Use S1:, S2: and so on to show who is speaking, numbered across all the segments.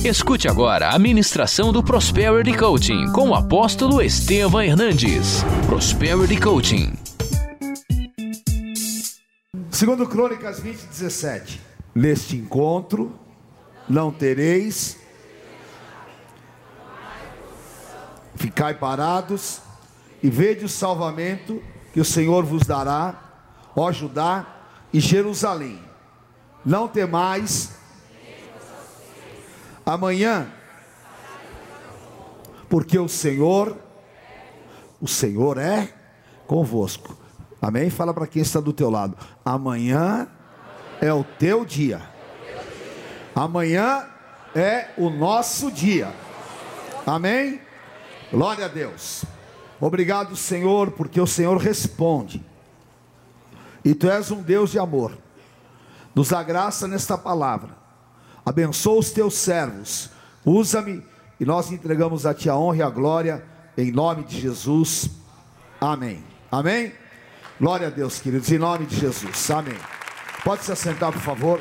S1: Escute agora a ministração do Prosperity Coaching com o apóstolo Estevam Hernandes. Prosperity Coaching.
S2: 2 Crônicas 20:17. Neste encontro não tereis, ficai parados e vede o salvamento que o Senhor vos dará, ó Judá e Jerusalém. Não temais, amanhã, porque o Senhor é convosco. Amém? Fala para quem está do teu lado: amanhã é o teu dia. Amanhã é o nosso dia. Amém? Glória a Deus. Obrigado, Senhor, porque o Senhor responde. E Tu és um Deus de amor. Nos dá graça nesta palavra. Abençoa os Teus servos. Usa-me e nós entregamos a Ti a honra e a glória, em nome de Jesus. Amém. Amém? Glória a Deus, queridos, em nome de Jesus. Amém. Pode se assentar, por favor.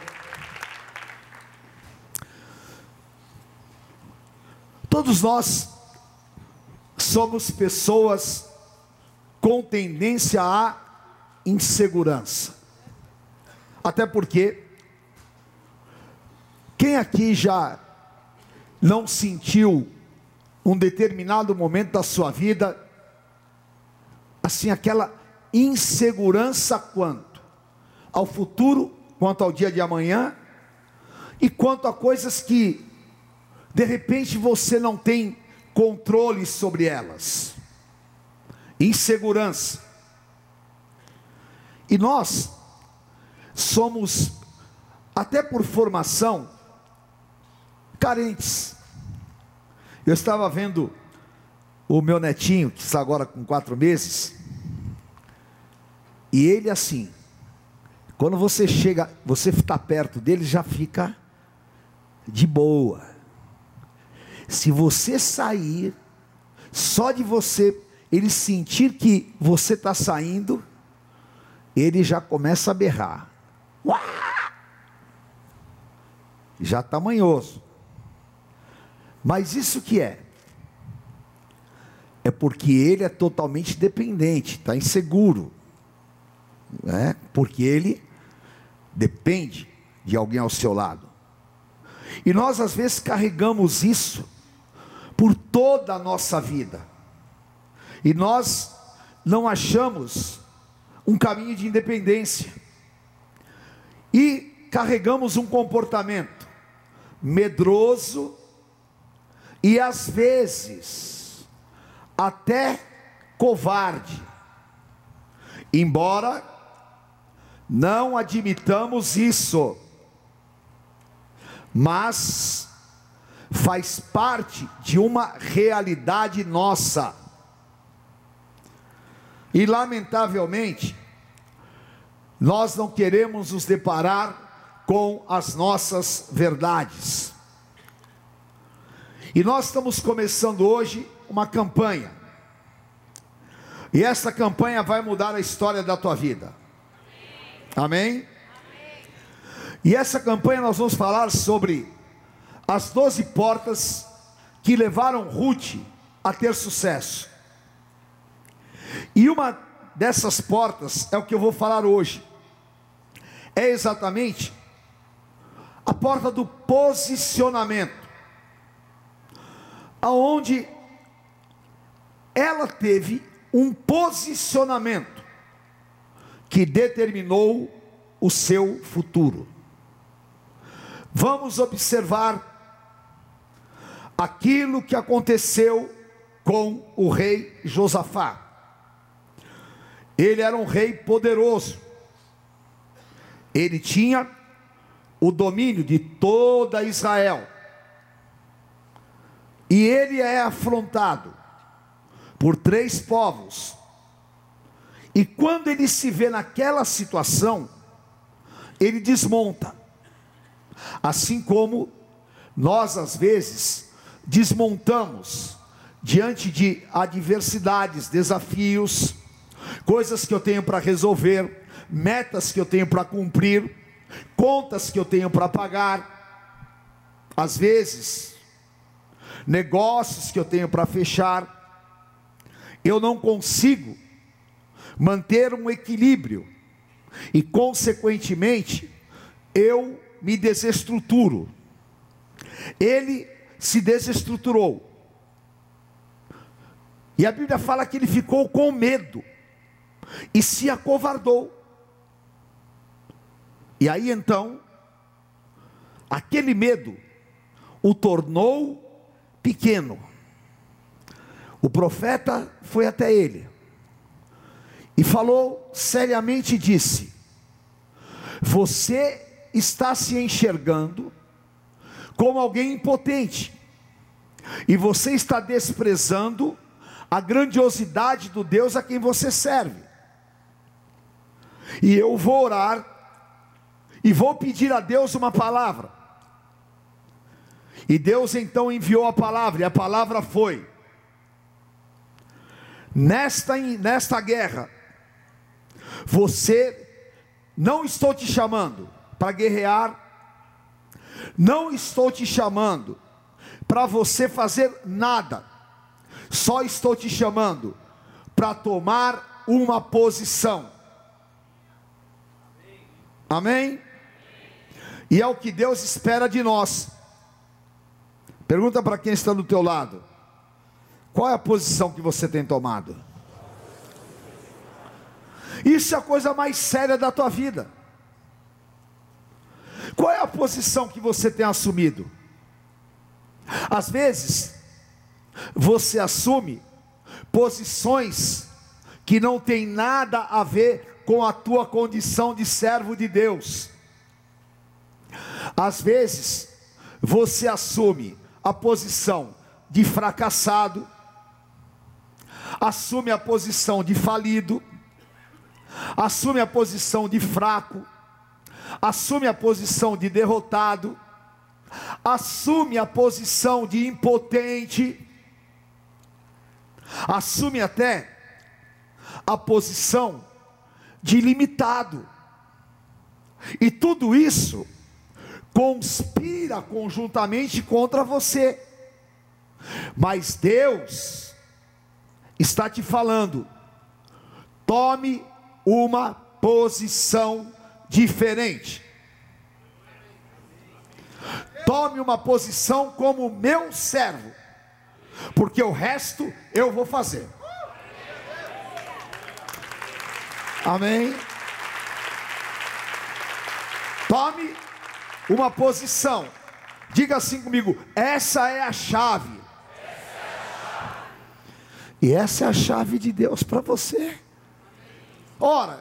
S2: Todos nós somos pessoas com tendência à insegurança. Até porque, quem aqui já não sentiu um determinado momento da sua vida, assim, aquela insegurança quanto ao futuro, quanto ao dia de amanhã, e quanto a coisas que de repente você não tem controle sobre elas? Insegurança. E nós somos, até por formação, carentes. Eu estava vendo o meu netinho, que está agora com 4 meses, e ele assim, quando você chega, você está perto dele, já fica de boa. Se você sair, só de você, ele sentir que você está saindo, ele já começa a berrar. Uá! Já está manhoso. Mas isso que é? É porque ele é totalmente dependente, está inseguro. Porque ele depende de alguém ao seu lado. E nós às vezes carregamos isso por toda a nossa vida, e nós não achamos um caminho de independência, e carregamos um comportamento medroso, e às vezes até covarde, embora não admitamos isso, mas faz parte de uma realidade nossa. E lamentavelmente, nós não queremos nos deparar com as nossas verdades. E nós estamos começando hoje uma campanha. E essa campanha vai mudar a história da tua vida. Amém? E essa campanha nós vamos falar sobre as 12 portas que levaram Ruth a ter sucesso. E uma dessas portas é o que eu vou falar hoje. É exatamente a porta do posicionamento, aonde ela teve um posicionamento que determinou o seu futuro. Vamos observar aquilo que aconteceu com o rei Josafá. Ele era um rei poderoso. Ele tinha o domínio de toda Israel. E ele é afrontado por 3 povos. E quando ele se vê naquela situação, ele desmonta. Assim como nós às vezes desmontamos diante de adversidades, desafios, coisas que eu tenho para resolver, metas que eu tenho para cumprir, contas que eu tenho para pagar. Às vezes negócios que eu tenho para fechar, eu não consigo manter um equilíbrio e, consequentemente, eu me desestruturo. Ele se desestruturou, e a Bíblia fala que ele ficou com medo e se acovardou. E aí então, aquele medo o tornou pequeno. O profeta foi até ele e falou seriamente e disse: você está se enxergando como alguém impotente, e você está desprezando a grandiosidade do Deus a quem você serve. E eu vou orar e vou pedir a Deus uma palavra. E Deus então enviou a palavra, e a palavra foi: nesta guerra, não estou te chamando para guerrear, não estou te chamando para você fazer nada, só estou te chamando para tomar uma posição. Amém? E é o que Deus espera de nós. Pergunta para quem está do teu lado: qual é a posição que você tem tomado? Isso é a coisa mais séria da tua vida. Qual é a posição que você tem assumido? Às vezes você assume posições que não tem nada a ver com a tua condição de servo de Deus. Às vezes você assume a posição de fracassado, assume a posição de falido, assume a posição de fraco, assume a posição de derrotado, assume a posição de impotente, assume até a posição de limitado. E tudo isso conspira conjuntamente contra você. Mas Deus está te falando: tome uma posição diferente. Tome uma posição como meu servo, porque o resto eu vou fazer. Amém? Tome uma posição. Diga assim comigo: essa é a chave. E essa é a chave de Deus para você. Ora,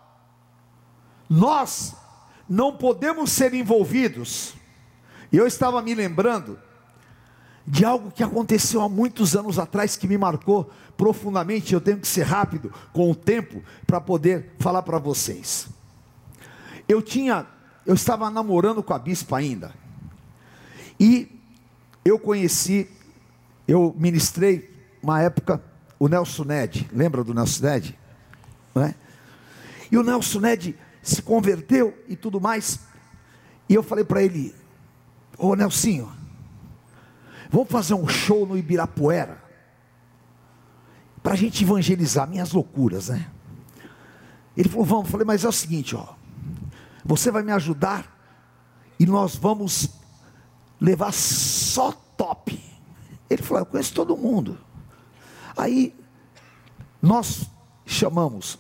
S2: nós não podemos ser envolvidos. E eu estava me lembrando de algo que aconteceu há muitos anos atrás, que me marcou profundamente. Eu tenho que ser rápido com o tempo para poder falar para vocês. Eu estava namorando com a bispa ainda, e eu ministrei uma época o Nelson Ned. Lembra do Nelson Ned? Não é? E o Nelson Ned se converteu e tudo mais, e eu falei para ele: ô Nelsinho, vamos fazer um show no Ibirapuera, para a gente evangelizar. Minhas loucuras, né? Ele falou: vamos. Eu falei: mas é o seguinte, você vai me ajudar, e nós vamos levar só top. Ele falou: eu conheço todo mundo. Aí nós chamamos,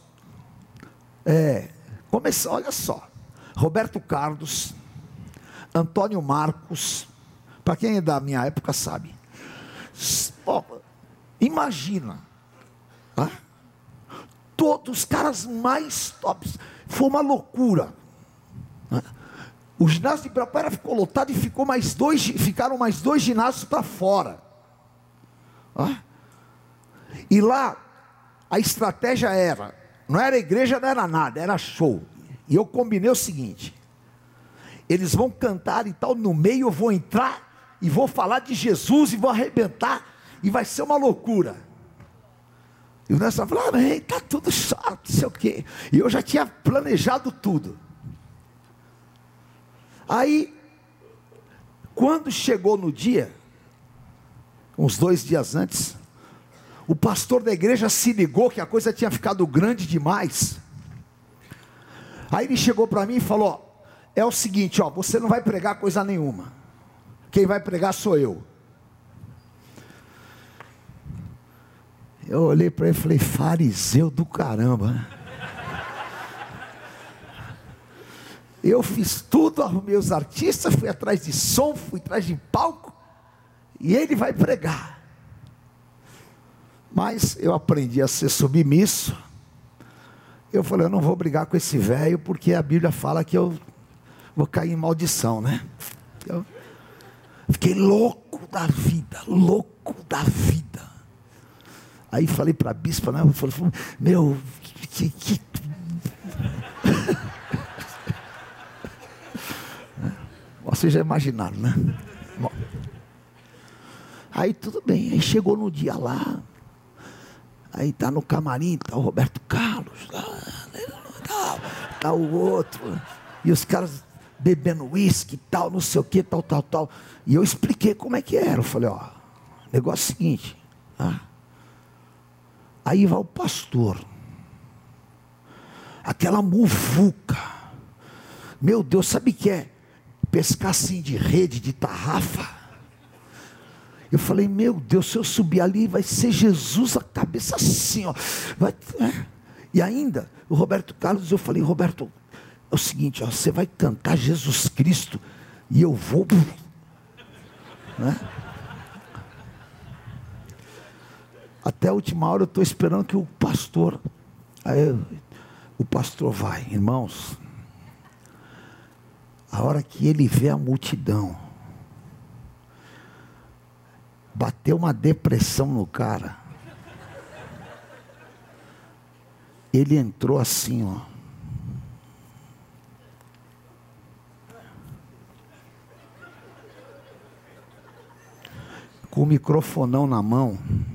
S2: olha só, Roberto Carlos, Antônio Marcos. Para quem é da minha época sabe. Imagina, todos os caras mais tops. Foi uma loucura. O ginásio de Ibirapuera ficou lotado, e ficaram mais dois ginásios para fora. E lá a estratégia não era igreja, não era nada, era show. E eu combinei o seguinte: eles vão cantar e tal, no meio eu vou entrar e vou falar de Jesus e vou arrebentar, e vai ser uma loucura. E o Nelson falou: tá tudo chato, não sei o quê. E eu já tinha planejado tudo. Aí, quando chegou no dia, uns 2 dias antes, o pastor da igreja se ligou que a coisa tinha ficado grande demais. Aí ele chegou para mim e falou: é o seguinte, ó, você não vai pregar coisa nenhuma, quem vai pregar sou eu. Eu olhei para ele e falei: fariseu do caramba. Eu fiz tudo, arrumei os artistas, fui atrás de som, fui atrás de palco, e ele vai pregar. Mas eu aprendi a ser submisso. Eu falei: eu não vou brigar com esse velho, porque a Bíblia fala que eu vou cair em maldição, né? Eu fiquei louco da vida, louco da vida. Aí falei para a bispa, né? Eu falei: meu, vocês já imaginaram, né? Bom, aí tudo bem, aí chegou no dia lá, aí tá no camarim, tá o Roberto Carlos, tá o outro, e os caras bebendo uísque e tal, não sei o que, tal, e eu expliquei como é que era. Eu falei: ó, negócio é o seguinte, tá? Aí vai o pastor, aquela muvuca, meu Deus, sabe o que é? Pescar assim de rede, de tarrafa. Eu falei: meu Deus, se eu subir ali, vai ser Jesus a cabeça assim, ó. E ainda, o Roberto Carlos, eu falei: Roberto, é o seguinte, ó, você vai cantar Jesus Cristo, e eu vou, né? Até a última hora eu estou esperando que o pastor, o pastor vai, irmãos. A hora que ele vê a multidão, bateu uma depressão no cara. Ele entrou assim, ó. Com o microfonão na mão.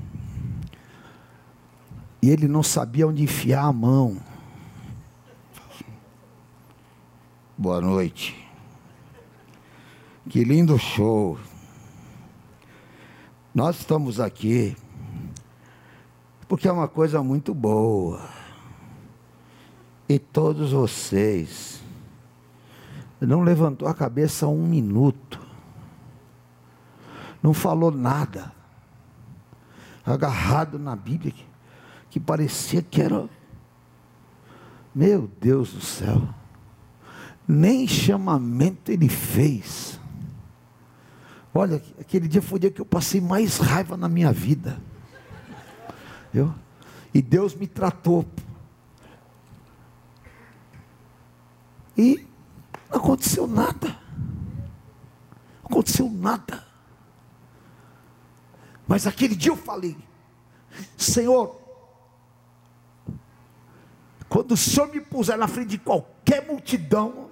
S2: E ele não sabia onde enfiar a mão. Boa noite. Que lindo show. Nós estamos aqui porque é uma coisa muito boa. E todos vocês não levantou a cabeça 1 minuto. Não falou nada. Agarrado na Bíblia, que parecia que era... Meu Deus do céu. Nem chamamento ele fez. Olha, aquele dia foi o dia que eu passei mais raiva na minha vida. E Deus me tratou. E não aconteceu nada. Não aconteceu nada. Mas aquele dia eu falei: Senhor, quando o Senhor me puser na frente de qualquer multidão,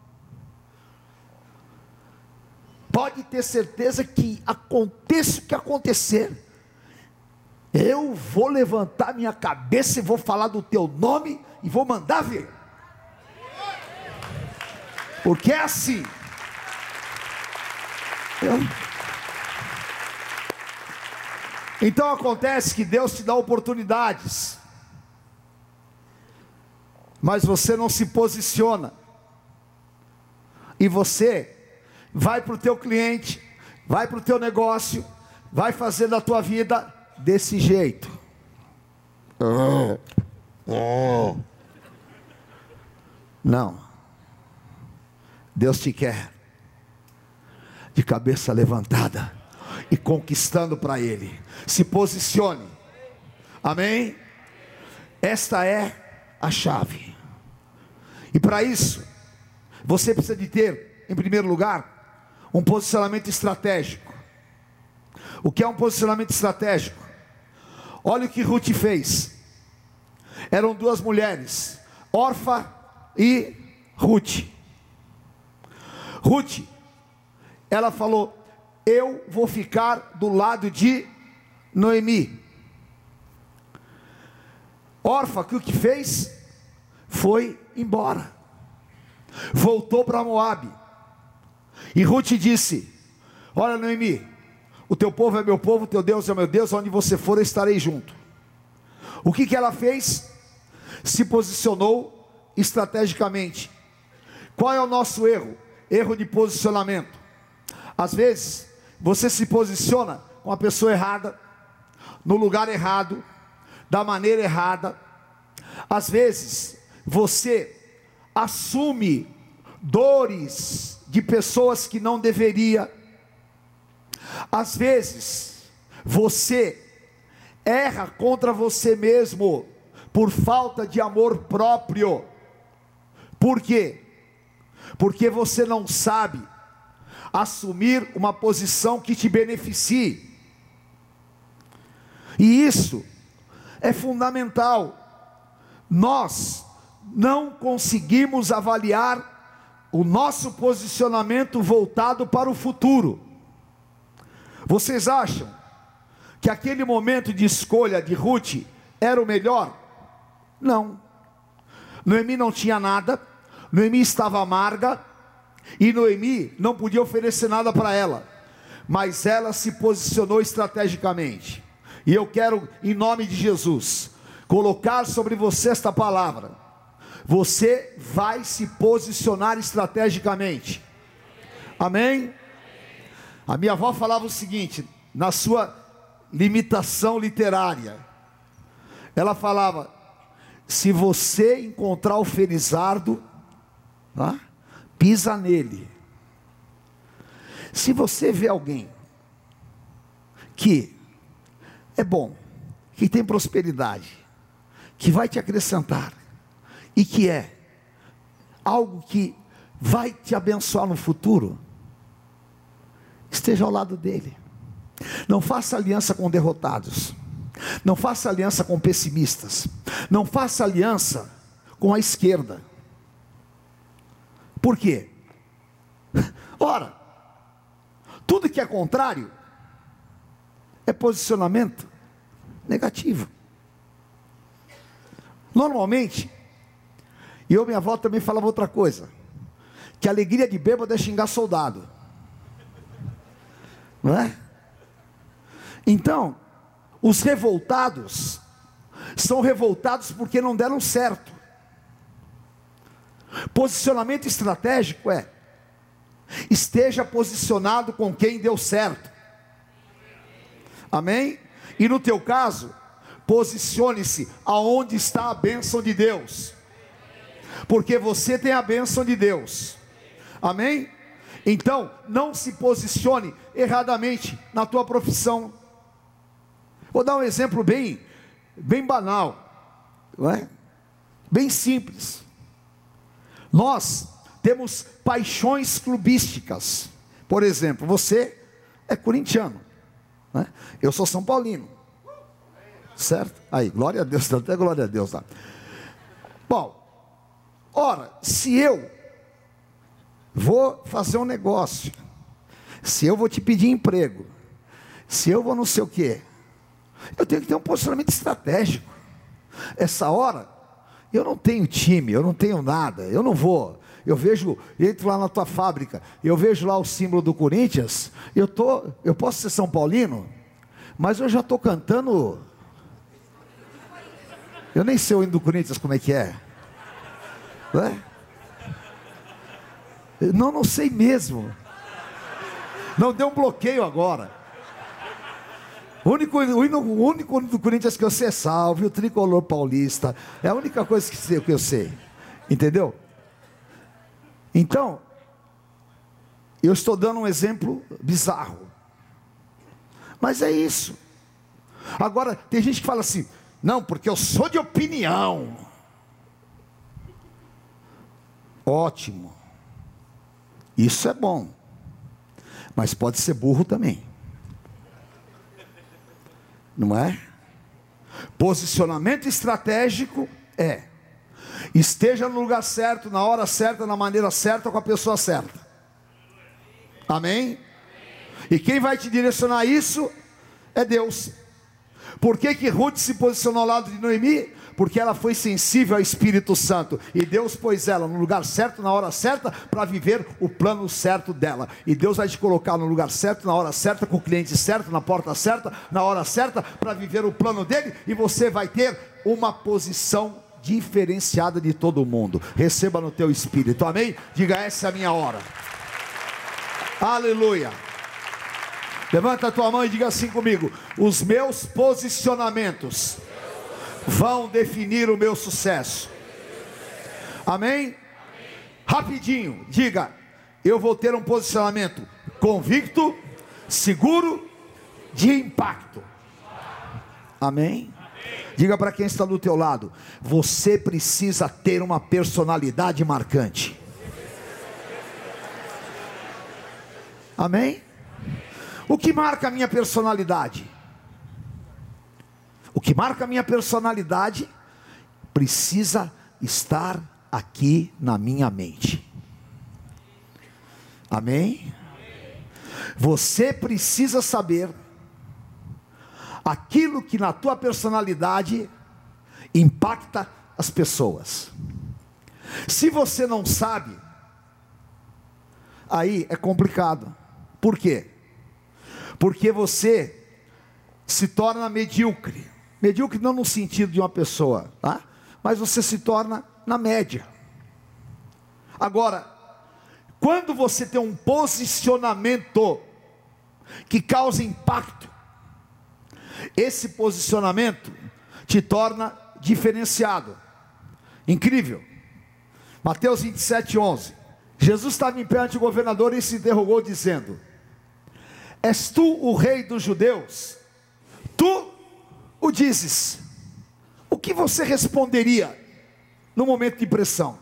S2: pode ter certeza que aconteça o que acontecer, eu vou levantar minha cabeça e vou falar do teu nome e vou mandar ver. Porque é assim. Então acontece que Deus te dá oportunidades, mas você não se posiciona. E você vai para o teu cliente, vai para o teu negócio, vai fazer da tua vida desse jeito. Não. Deus te quer de cabeça levantada e conquistando para Ele. Se posicione. Amém? Esta é a chave. E para isso, você precisa de ter, em primeiro lugar, um posicionamento estratégico. O que é um posicionamento estratégico? Olha o que Ruth fez. Eram 2 mulheres, Orfa e Ruth. Ruth, ela falou: eu vou ficar do lado de Noemi. Orfa, que o que fez? Foi embora. Voltou para Moabe. E Ruth disse: olha, Noemi, o teu povo é meu povo, o teu Deus é meu Deus, onde você for eu estarei junto. O que ela fez? Se posicionou estrategicamente. Qual é o nosso erro? Erro de posicionamento. Às vezes, você se posiciona com a pessoa errada, no lugar errado, da maneira errada. Às vezes, você assume dores de pessoas que não deveria. Às vezes, você erra contra você mesmo por falta de amor próprio. Por quê? Porque você não sabe assumir uma posição que te beneficie. E isso é fundamental. Nós não conseguimos avaliar o nosso posicionamento voltado para o futuro. Vocês acham que aquele momento de escolha de Ruth era o melhor? Não. Noemi não tinha nada, Noemi estava amarga, e Noemi não podia oferecer nada para ela, mas ela se posicionou estrategicamente. E eu quero, em nome de Jesus, colocar sobre você esta palavra: você vai se posicionar estrategicamente. Amém? A minha avó falava o seguinte, na sua limitação literária, ela falava: se você encontrar o felizardo, pisa nele. Se você vê alguém que é bom, que tem prosperidade, que vai te acrescentar, e que é algo que vai te abençoar no futuro, esteja ao lado dele. Não faça aliança com derrotados, não faça aliança com pessimistas, não faça aliança com a esquerda. Por quê? Ora, tudo que é contrário é posicionamento negativo. Normalmente, e minha avó também falava outra coisa, que a alegria de bêbado é xingar soldado, não é? Então, os revoltados são revoltados porque não deram certo. Posicionamento estratégico é: esteja posicionado com quem deu certo. Amém? E no teu caso, posicione-se aonde está a bênção de Deus, porque você tem a bênção de Deus. Amém? Então, não se posicione erradamente na tua profissão. Vou dar um exemplo bem banal, não é? Bem simples. Nós temos paixões clubísticas. Por exemplo, você é corintiano, né? Eu sou São Paulino, certo? Aí, glória a Deus, até glória a Deus, tá? Bom, ora, se eu vou fazer um negócio, se eu vou te pedir emprego, se eu vou não sei o que, eu tenho que ter um posicionamento estratégico. Essa hora, eu não tenho time, eu não tenho nada, eu não vou. Eu entro lá na tua fábrica, eu vejo lá o símbolo do Corinthians, eu posso ser São Paulino, mas eu já estou cantando, eu nem sei o hino do Corinthians como é que é, né? Não sei mesmo. Não, deu um bloqueio agora. O único hino do Corinthians que eu sei é Salve o Tricolor Paulista. É a única coisa que eu sei. Entendeu? Então, eu estou dando um exemplo bizarro, mas é isso. Agora, tem gente que fala assim: não, porque eu sou de opinião. Ótimo. Isso é bom. Mas pode ser burro também. Não é? Posicionamento estratégico é: esteja no lugar certo, na hora certa, na maneira certa, com a pessoa certa. Amém? E quem vai te direcionar isso é Deus. Por que Ruth se posicionou ao lado de Noemi? Porque ela foi sensível ao Espírito Santo, e Deus pôs ela no lugar certo, na hora certa, para viver o plano certo dela. E Deus vai te colocar no lugar certo, na hora certa, com o cliente certo, na porta certa, na hora certa, para viver o plano dele, e você vai ter uma posição diferenciada de todo mundo. Receba no teu espírito, amém? Diga: essa é a minha hora. Aleluia. Levanta a tua mão e diga assim comigo: os meus posicionamentos vão definir o meu sucesso. Amém? Rapidinho, diga: eu vou ter um posicionamento convicto, seguro, de impacto. Amém? Diga para quem está do teu lado: você precisa ter uma personalidade marcante. Amém? O que marca a minha personalidade? O que marca a minha personalidade precisa estar aqui na minha mente. Amém? Você precisa saber aquilo que na tua personalidade impacta as pessoas. Se você não sabe, aí é complicado. Por quê? Porque você se torna medíocre. Medíocre não no sentido de uma pessoa, tá? Mas você se torna na média. Agora, quando você tem um posicionamento que causa impacto, esse posicionamento te torna diferenciado. Incrível. Mateus 27:11. Jesus estava em pé ante o governador e se interrogou dizendo: és tu o rei dos judeus? Tu o dizes. O que você responderia no momento de pressão?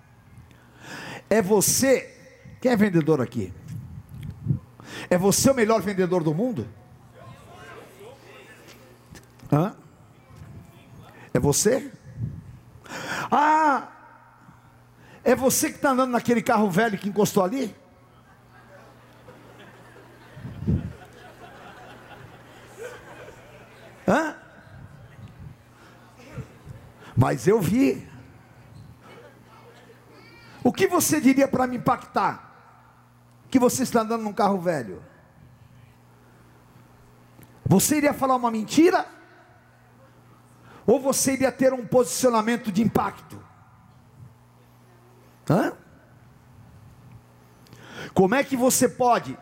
S2: É você, quem é vendedor aqui? É você o melhor vendedor do mundo? Hã? É você? Ah, é você que está andando naquele carro velho que encostou ali? Hã? Mas eu vi. O que você diria para me impactar? Que você está andando num carro velho? Você iria falar uma mentira? Ou você iria ter um posicionamento de impacto? Hã? Como é que você pode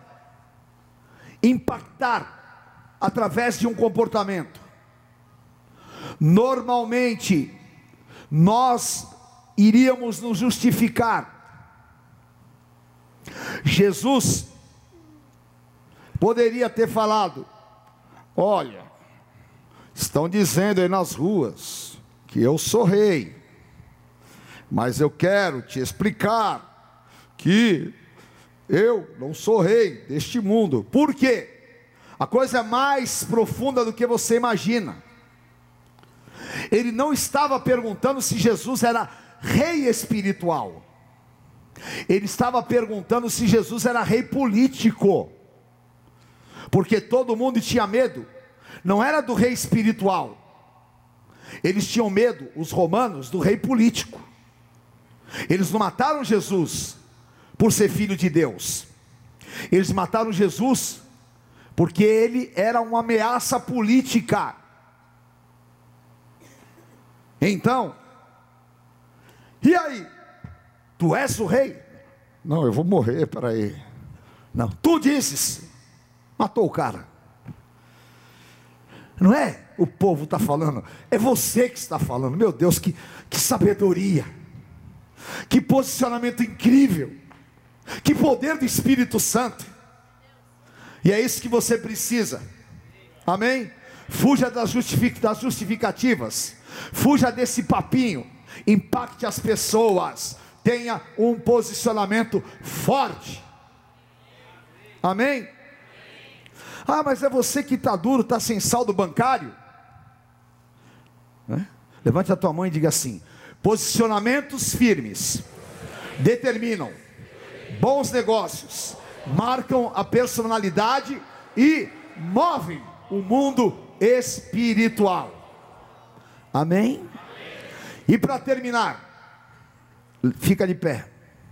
S2: impactar através de um comportamento? Normalmente nós iríamos nos justificar. Jesus poderia ter falado: olha, estão dizendo aí nas ruas que eu sou rei, mas eu quero te explicar que eu não sou rei deste mundo. Por quê? A coisa é mais profunda do que você imagina. Ele não estava perguntando se Jesus era rei espiritual. Ele estava perguntando se Jesus era rei político. Porque todo mundo tinha medo. Não era do rei espiritual. Eles tinham medo, os romanos, do rei político. Eles não mataram Jesus por ser filho de Deus. Eles mataram Jesus porque ele era uma ameaça política. Então, e aí? Tu és o rei? Não, eu vou morrer, peraí. Não, tu dizes. Matou o cara. Não é o povo está falando, é você que está falando. Meu Deus, que sabedoria, que posicionamento incrível, que poder do Espírito Santo. E é isso que você precisa. Amém? Fuja das justificativas. Fuja desse papinho. Impacte as pessoas. Tenha um posicionamento forte. Amém? Ah, mas é você que está duro, está sem saldo bancário. Levante a tua mão e diga assim: posicionamentos firmes determinam bons negócios, marcam a personalidade e movem o mundo espiritual. Amém? E para terminar, fica de pé.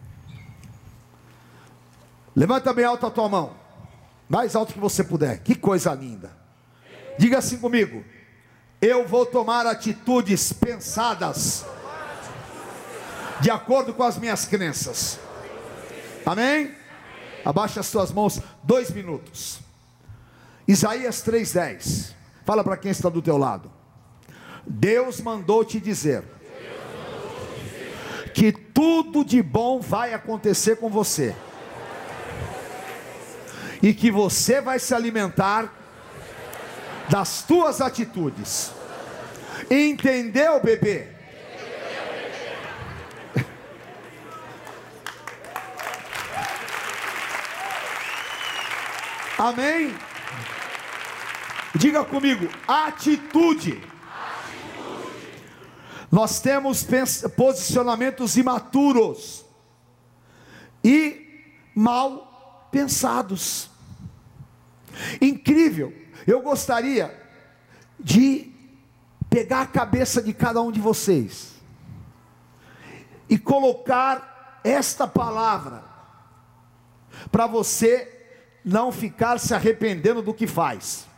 S2: Levanta bem alto a tua mão, mais alto que você puder. Que coisa linda. Diga assim comigo: eu vou tomar atitudes pensadas de acordo com as minhas crenças. Amém? Abaixa as tuas mãos 2 minutos. Isaías 3:10. Fala para quem está do teu lado. Deus mandou te dizer que tudo de bom vai acontecer com você, e que você vai se alimentar das tuas atitudes. Entendeu, bebê? Amém? Diga comigo: atitude. Nós temos posicionamentos imaturos e mal pensados. Incrível. Eu gostaria de pegar a cabeça de cada um de vocês e colocar esta palavra para você não ficar se arrependendo do que faz.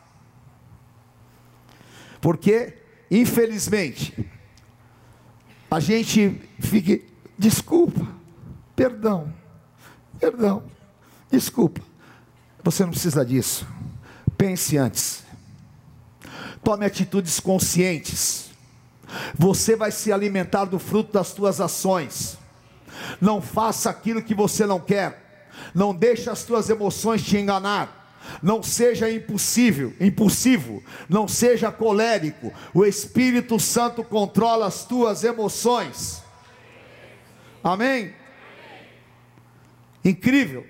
S2: Porque, infelizmente, a gente fica: desculpa, perdão, desculpa. Você não precisa disso. Pense antes. Tome atitudes conscientes. Você vai se alimentar do fruto das tuas ações. Não faça aquilo que você não quer. Não deixe as tuas emoções te enganar. Não seja impulsivo. Não seja colérico. O Espírito Santo controla as tuas emoções. Amém? Incrível.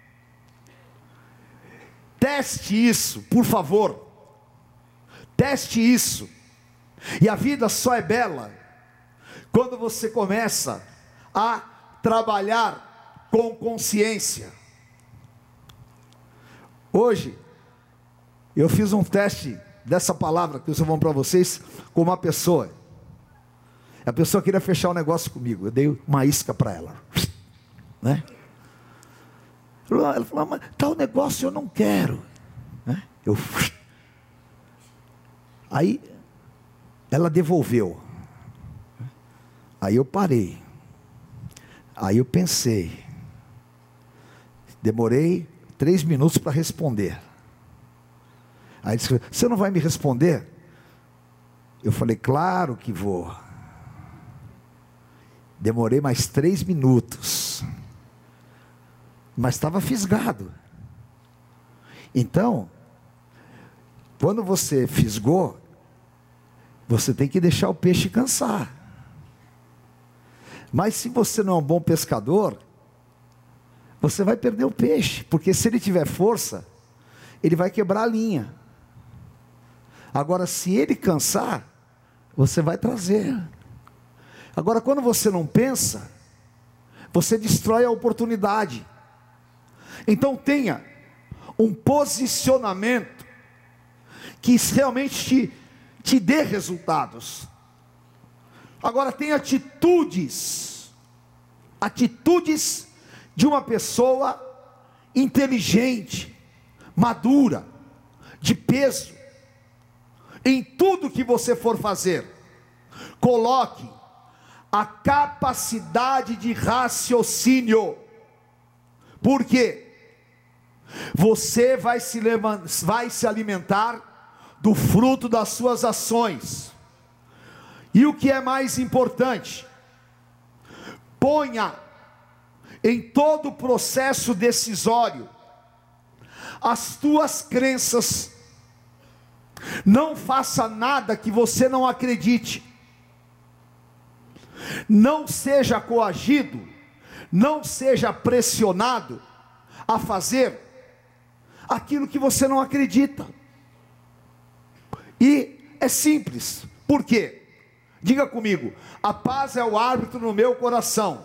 S2: Teste isso, por favor. Teste isso. E a vida só é bela quando você começa a trabalhar com consciência. Hoje eu fiz um teste dessa palavra que eu estou falando para vocês com uma pessoa. A pessoa queria fechar um negócio comigo. Eu dei uma isca para ela, né? Ela falou: mas tal negócio eu não quero, né? Aí ela devolveu. Aí eu parei. Aí eu pensei. Demorei 3 minutos para responder. Aí disse: você não vai me responder? Eu falei: claro que vou. Demorei mais 3 minutos. Mas estava fisgado. Então, quando você fisgou, você tem que deixar o peixe cansar. Mas se você não é um bom pescador, você vai perder o peixe, porque se ele tiver força, ele vai quebrar a linha. Agora, se ele cansar, você vai trazer. Agora, quando você não pensa, você destrói a oportunidade. Então tenha um posicionamento que realmente te dê resultados. Agora tenha atitudes de uma pessoa inteligente, madura, de peso. Em tudo que você for fazer, coloque a capacidade de raciocínio. Por quê? Você vai se alimentar do fruto das suas ações. E o que é mais importante, ponha em todo o processo decisório as tuas crenças. Não faça nada que você não acredite. Não seja coagido, não seja pressionado a fazer aquilo que você não acredita. E é simples. Por quê? Diga comigo: a paz é o árbitro no meu coração.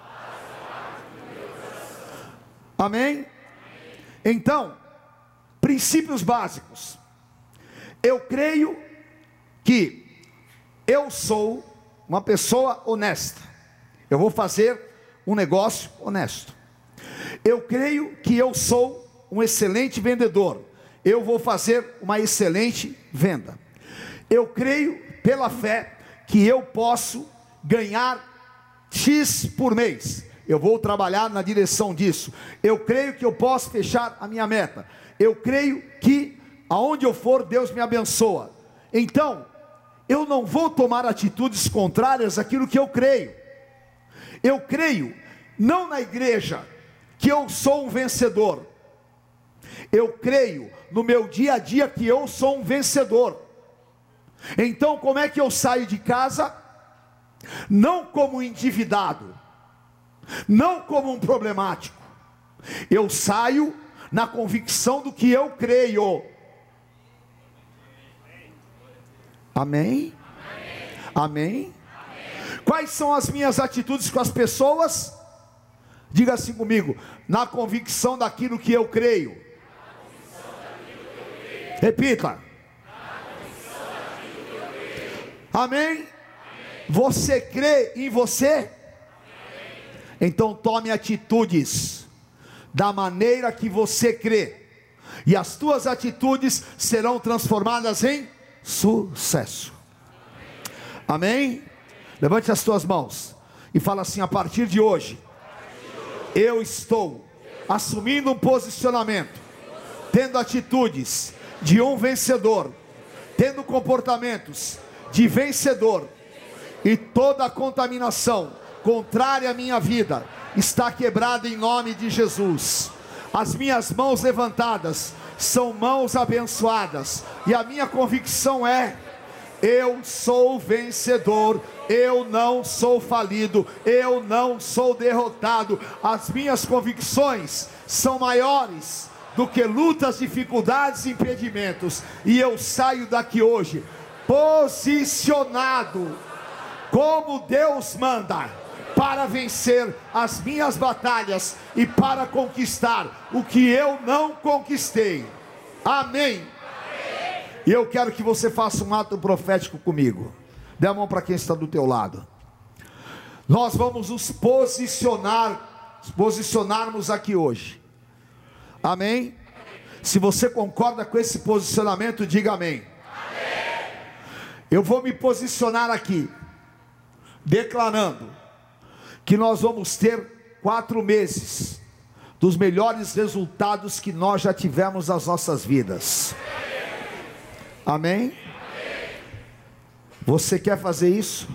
S2: Amém? Então, princípios básicos. Eu creio que eu sou uma pessoa honesta. Eu vou fazer um negócio honesto. Eu creio que eu sou um excelente vendedor. Eu vou fazer uma excelente venda. Eu creio, pela fé, que eu posso ganhar X por mês. Eu vou trabalhar na direção disso. Eu creio que eu posso fechar a minha meta. Eu creio que aonde eu for, Deus me abençoa. Então, eu não vou tomar atitudes contrárias àquilo que eu creio. Eu creio, não na igreja, que eu sou um vencedor. Eu creio no meu dia a dia que eu sou um vencedor. Então, como é que eu saio de casa? Não como endividado, não como um problemático. Eu saio na convicção do que eu creio. Amém? Amém? Quais são as minhas atitudes com as pessoas? Diga assim comigo: na convicção daquilo que eu creio. Repita. Amém? Você crê em você? Então tome atitudes da maneira que você crê, e as tuas atitudes serão transformadas em sucesso. Amém? Levante as tuas mãos e fala assim: a partir de hoje, eu estou assumindo um posicionamento, tendo atitudes de um vencedor, tendo comportamentos de vencedor, e toda a contaminação contrária à minha vida está quebrada em nome de Jesus. As minhas mãos levantadas são mãos abençoadas, e a minha convicção é: eu sou vencedor, eu não sou falido, eu não sou derrotado. As minhas convicções são maiores do que lutas, dificuldades e impedimentos, e eu saio daqui hoje posicionado como Deus manda, para vencer as minhas batalhas e para conquistar o que eu não conquistei. Amém? E eu quero que você faça um ato profético comigo. Dê a mão para quem está do teu lado. Nós vamos nos posicionarmos aqui hoje. Amém? Se você concorda com esse posicionamento, diga amém. Amém. Eu vou me posicionar aqui, declarando que nós vamos ter 4 meses dos melhores resultados que nós já tivemos nas nossas vidas. Amém? Você quer fazer isso?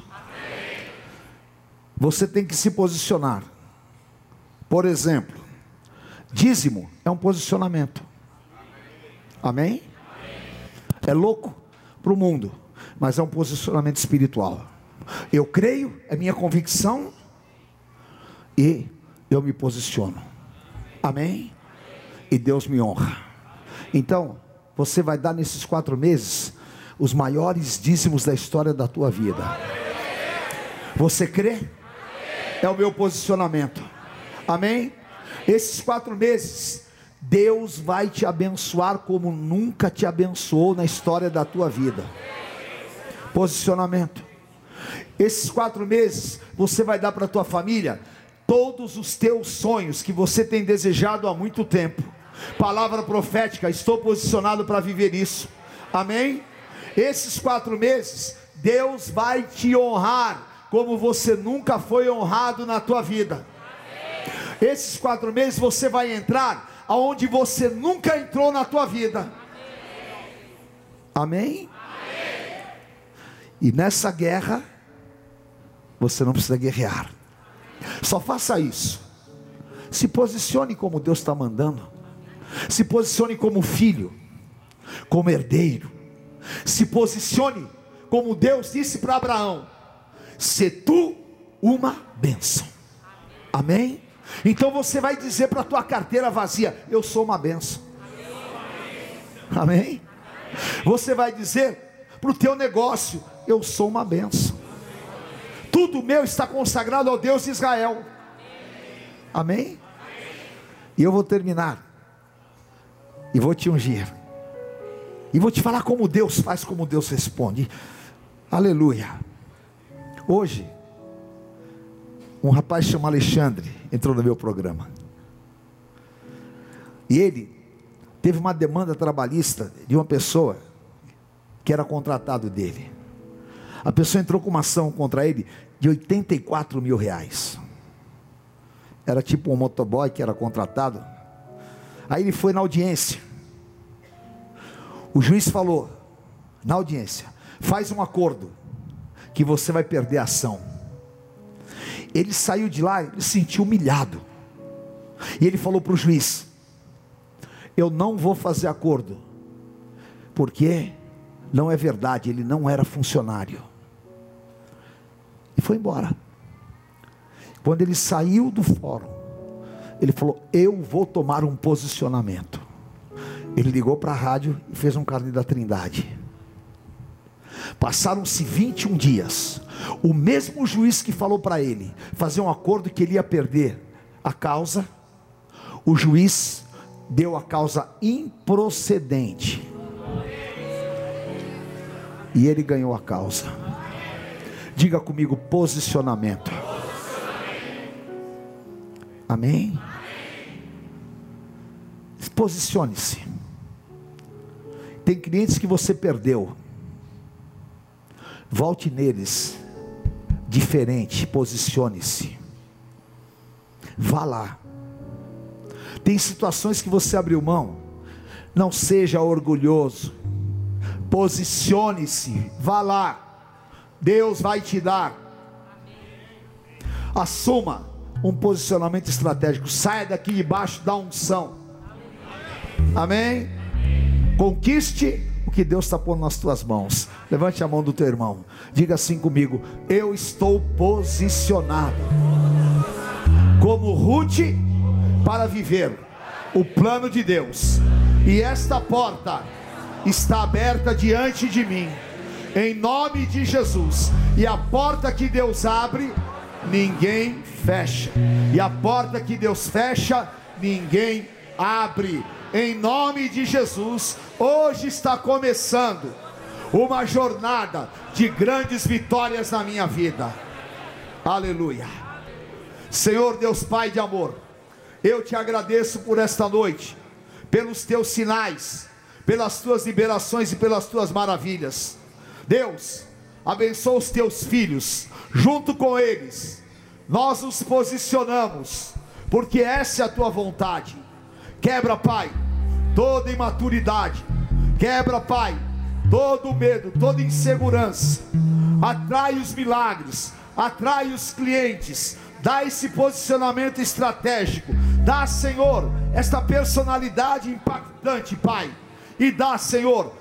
S2: Você tem que se posicionar. Por exemplo, dízimo é um posicionamento. Amém? É louco para o mundo, mas é um posicionamento espiritual. Eu creio, é minha convicção, e eu me posiciono. Amém? E Deus me honra. Então, você vai dar nesses 4 meses os maiores dízimos da história da tua vida. Você crê? É o meu posicionamento. Amém? Esses 4 meses, Deus vai te abençoar como nunca te abençoou na história da tua vida. Posicionamento. Esses 4 meses, você vai dar para a tua família todos os teus sonhos que você tem desejado há muito tempo. Palavra profética, estou posicionado para viver isso. Amém? Esses 4 meses, Deus vai te honrar como você nunca foi honrado na tua vida. Esses 4 meses você vai entrar aonde você nunca entrou na tua vida. Amém? E nessa guerra, você não precisa guerrear. Só faça isso. Se posicione como Deus está mandando. Se posicione como filho, como herdeiro. Se posicione como Deus disse para Abraão: se tu uma bênção. Amém? Então você vai dizer para a tua carteira vazia: eu sou uma bênção. Amém? Você vai dizer para o teu negócio: eu sou uma bênção. Tudo meu está consagrado ao Deus de Israel. Amém? E eu vou terminar, e vou te ungir, e vou te falar como Deus faz, como Deus responde. Aleluia. Hoje, um rapaz chamado Alexandre entrou no meu programa. E ele teve uma demanda trabalhista de uma pessoa que era contratado dele. A pessoa entrou com uma ação contra ele de R$84 mil. Era tipo um motoboy que era contratado. Aí ele foi na audiência. O juiz falou, na audiência, faz um acordo, que você vai perder a ação. Ele saiu de lá, ele se sentiu humilhado. E ele falou para o juiz, eu não vou fazer acordo, porque não é verdade, ele não era funcionário. E foi embora. Quando ele saiu do fórum, ele falou, eu vou tomar um posicionamento. Ele ligou para a rádio e fez um carnê da Trindade. Passaram-se 21 dias. O mesmo juiz que falou para ele fazer um acordo que ele ia perder a causa, o juiz deu a causa improcedente. E ele ganhou a causa. Diga comigo, posicionamento. Amém? Posicione-se. Tem clientes que você perdeu. Volte neles. Diferente, posicione-se. Vá lá. Tem situações que você abriu mão. Não seja orgulhoso. Posicione-se. Vá lá. Deus vai te dar. Assuma um posicionamento estratégico. Saia daqui debaixo da unção. Amém? Conquiste o que Deus está pondo nas tuas mãos. Levante a mão do teu irmão. Diga assim comigo: eu estou posicionado como Ruth para viver o plano de Deus. E esta porta está aberta diante de mim, em nome de Jesus. E a porta que Deus abre, ninguém fecha. E a porta que Deus fecha, ninguém abre. Em nome de Jesus, hoje está começando uma jornada de grandes vitórias na minha vida. Aleluia. Senhor Deus Pai de amor, eu te agradeço por esta noite, pelos teus sinais, pelas tuas liberações e pelas tuas maravilhas. Deus, abençoa os teus filhos. Junto com eles nós nos posicionamos, porque essa é a tua vontade. Quebra, Pai, toda imaturidade. Quebra, Pai, todo medo, toda insegurança. Atrai os milagres, atrai os clientes. Dá esse posicionamento estratégico. Dá, Senhor, esta personalidade impactante, Pai. E dá, Senhor,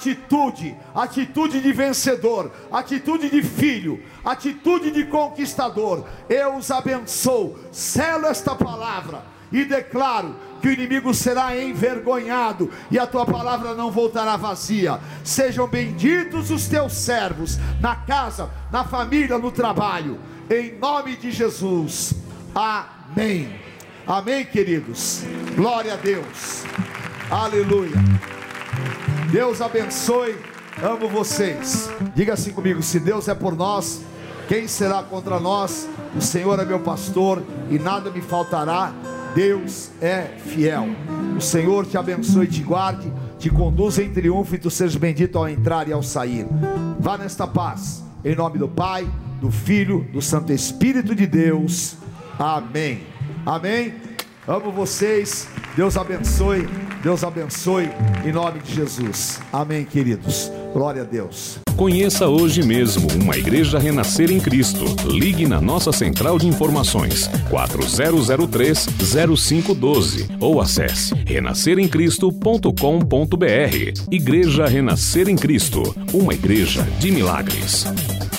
S2: atitude de vencedor, atitude de filho, atitude de conquistador. Eu os abençoo, selo esta palavra e declaro que o inimigo será envergonhado e a tua palavra não voltará vazia. Sejam benditos os teus servos, na casa, na família, no trabalho, em nome de Jesus. Amém. Amém, queridos. Glória a Deus. Aleluia. Deus abençoe. Amo vocês. Diga assim comigo: se Deus é por nós, quem será contra nós? O Senhor é meu pastor e nada me faltará. Deus é fiel. O Senhor te abençoe e te guarde, te conduza em triunfo e tu sejas bendito ao entrar e ao sair. Vá nesta paz, em nome do Pai, do Filho, do Santo Espírito de Deus. Amém. Amém. Amo vocês. Deus abençoe. Deus abençoe em nome de Jesus. Amém, queridos. Glória a Deus.
S1: Conheça hoje mesmo uma igreja Renascer em Cristo. Ligue na nossa central de informações 4003-0512 ou acesse renasceremcristo.com.br. Igreja Renascer em Cristo, uma igreja de milagres.